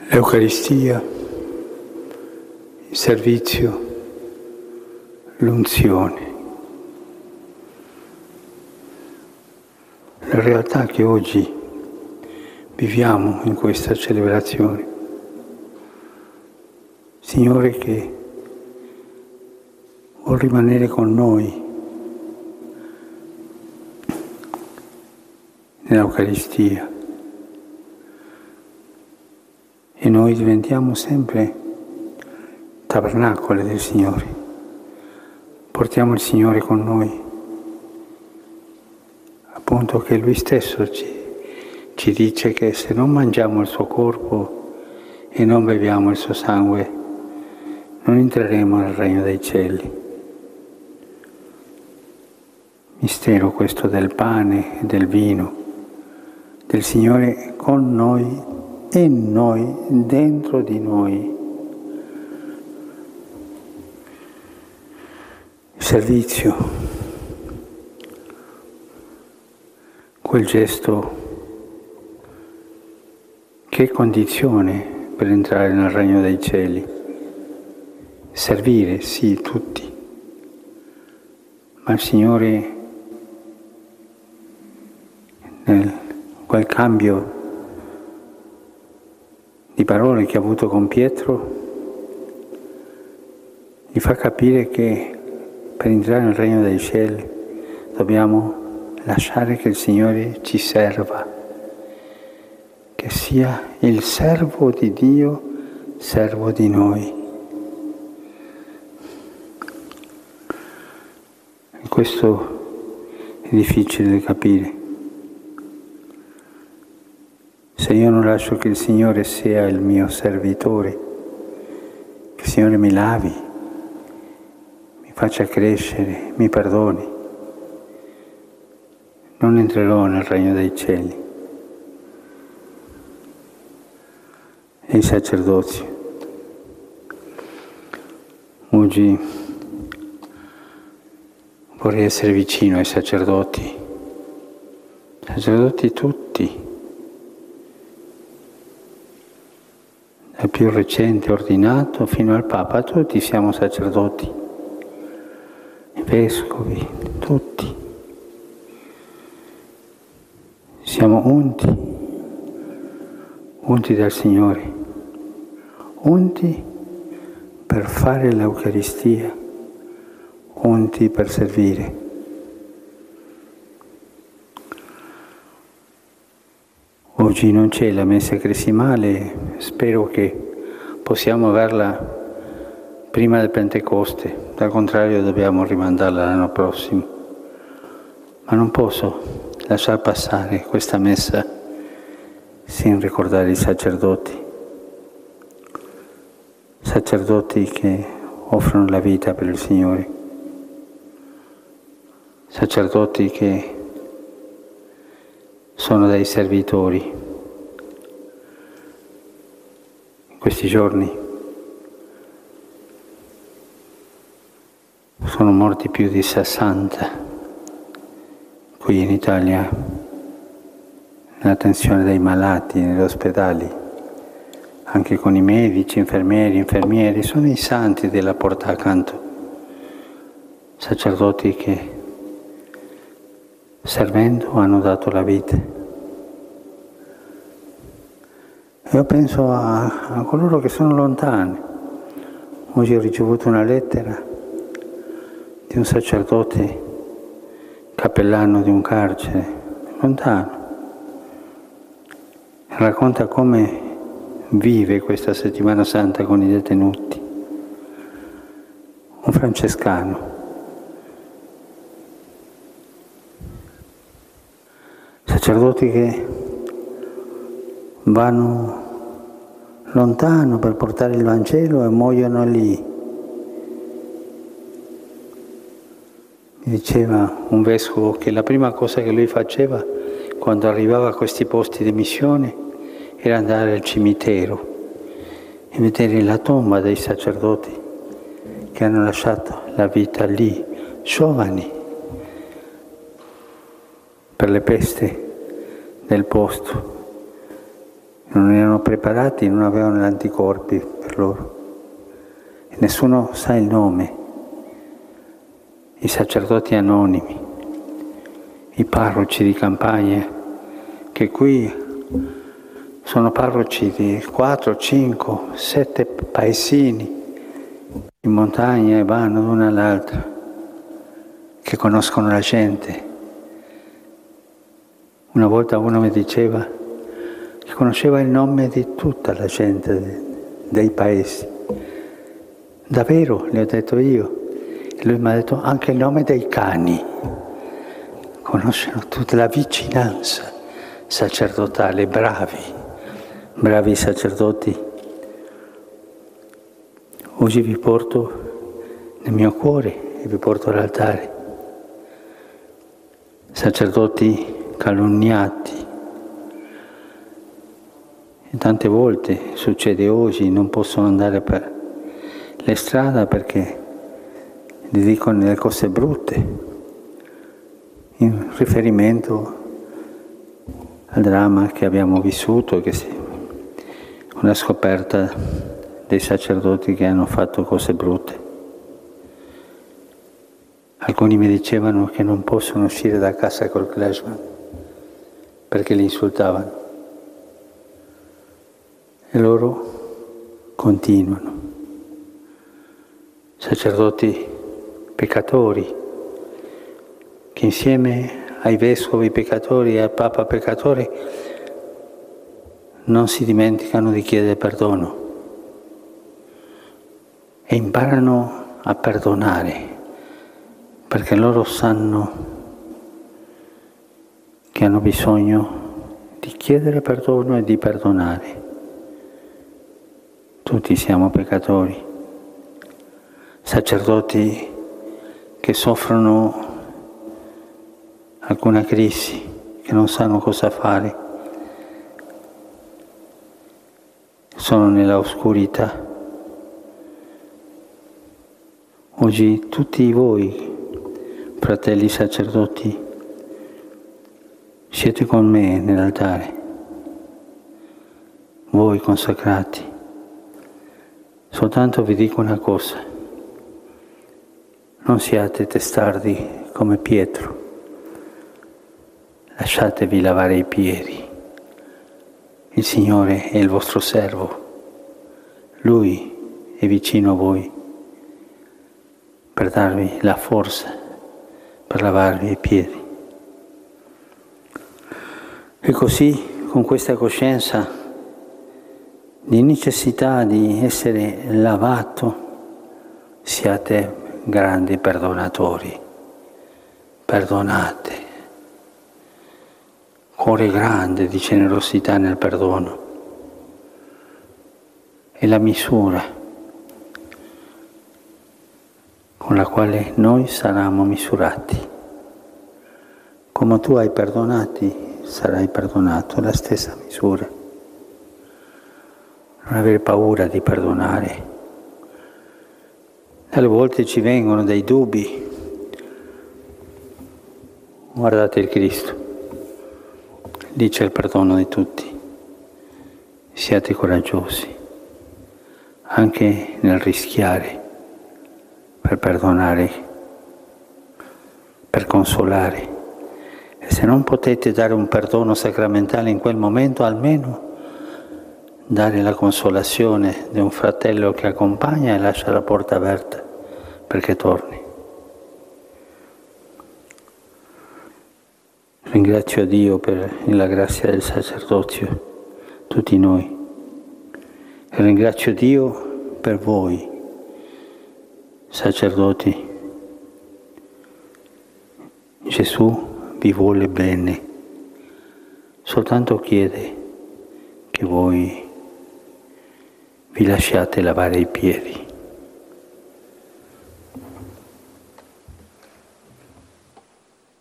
l'Eucaristia, il servizio, l'unzione. La realtà che oggi viviamo in questa celebrazione. Signore che vuol rimanere con noi nell'Eucaristia e noi diventiamo sempre tabernacoli del Signore. Portiamo il Signore con noi, appunto che Lui stesso ci dice che se non mangiamo il suo corpo e non beviamo il suo sangue, non entreremo nel regno dei cieli. Mistero questo del pane e del vino, del Signore con noi, in noi, dentro di noi. Il servizio, quel gesto che condizione per entrare nel regno dei cieli. Servire, sì, tutti, ma il Signore nel quel cambio di parole che ha avuto con Pietro gli fa capire che per entrare nel regno dei cieli dobbiamo lasciare che il Signore ci serva, che sia il servo di Dio, servo di noi. E questo è difficile da capire. Se io non lascio che il Signore sia il mio servitore, che il Signore mi lavi, mi faccia crescere, mi perdoni, non entrerò nel regno dei cieli. E il sacerdozio. Oggi vorrei essere vicino ai sacerdoti tutti, dal più recente ordinato fino al Papa, tutti siamo sacerdoti, i vescovi, tutti. Siamo unti dal Signore, unti per fare l'Eucaristia, unti per servire. Oggi non c'è la messa cresimale, spero che possiamo averla prima del Pentecoste, dal contrario dobbiamo rimandarla l'anno prossimo. Ma non posso lasciar passare questa messa sin ricordare i sacerdoti che offrono la vita per il Signore, sacerdoti che sono dei servitori. In questi giorni sono morti più di 60 qui in Italia, nell'attenzione dei malati, negli ospedali, anche con i medici, infermieri, sono i santi della porta accanto, sacerdoti che servendo hanno dato la vita. E io penso a coloro che sono lontani. Oggi ho ricevuto una lettera di un sacerdote cappellano di un carcere, lontano. Racconta come vive questa settimana santa con i detenuti. Un francescano. Sacerdoti che vanno lontano per portare il Vangelo e muoiono lì. Mi diceva un vescovo che la prima cosa che lui faceva quando arrivava a questi posti di missione era andare al cimitero e vedere la tomba dei sacerdoti che hanno lasciato la vita lì, giovani, per le peste del posto. non erano preparati, non avevano gli anticorpi per loro. E nessuno sa il nome. I sacerdoti anonimi, i parroci di campagna, che qui sono parroci di 4, 5, 7 paesini in montagna e vanno l'una all'altra, che conoscono la gente. Una volta uno mi diceva che conosceva il nome di tutta la gente dei paesi. Davvero, gli ho detto io. E lui mi ha detto anche il nome dei cani. Conoscono tutta la vicinanza sacerdotale, bravi sacerdoti. Oggi vi porto nel mio cuore e vi porto all'altare. Sacerdoti calunniati. E tante volte succede oggi, non possono andare per le strade perché gli dicono delle cose brutte, in riferimento al dramma che abbiamo vissuto, una scoperta dei sacerdoti che hanno fatto cose brutte. Alcuni mi dicevano che non possono uscire da casa col klezmer perché li insultavano. E loro continuano. Sacerdoti peccatori che insieme ai vescovi peccatori e al Papa peccatore non si dimenticano di chiedere perdono e imparano a perdonare perché loro sanno che hanno bisogno di chiedere perdono e di perdonare. Tutti siamo peccatori, sacerdoti che soffrono alcuna crisi, che non sanno cosa fare, sono nella oscurità. Oggi tutti voi, fratelli sacerdoti, siete con me nell'altare, voi consacrati. Soltanto vi dico una cosa, non siate testardi come Pietro, lasciatevi lavare i piedi, il Signore è il vostro servo, Lui è vicino a voi per darvi la forza, per lavarvi i piedi. E così, con questa coscienza di necessità di essere lavato, siate grandi perdonatori. Perdonate. Cuore grande di generosità nel perdono. È la misura con la quale noi saremo misurati. Come tu hai perdonati, sarai perdonato, la stessa misura. Non avere paura di perdonare. Alle volte ci vengono dei dubbi. Guardate il Cristo, lì c'è il perdono di tutti. Siate coraggiosi, anche nel rischiare, per perdonare, per consolare. E se non potete dare un perdono sacramentale in quel momento, almeno dare la consolazione di un fratello che accompagna e lascia la porta aperta perché torni. Ringrazio Dio per la grazia del sacerdozio, tutti noi. E ringrazio Dio per voi, sacerdoti. Gesù vi vuole bene, soltanto chiede che voi vi lasciate lavare i piedi.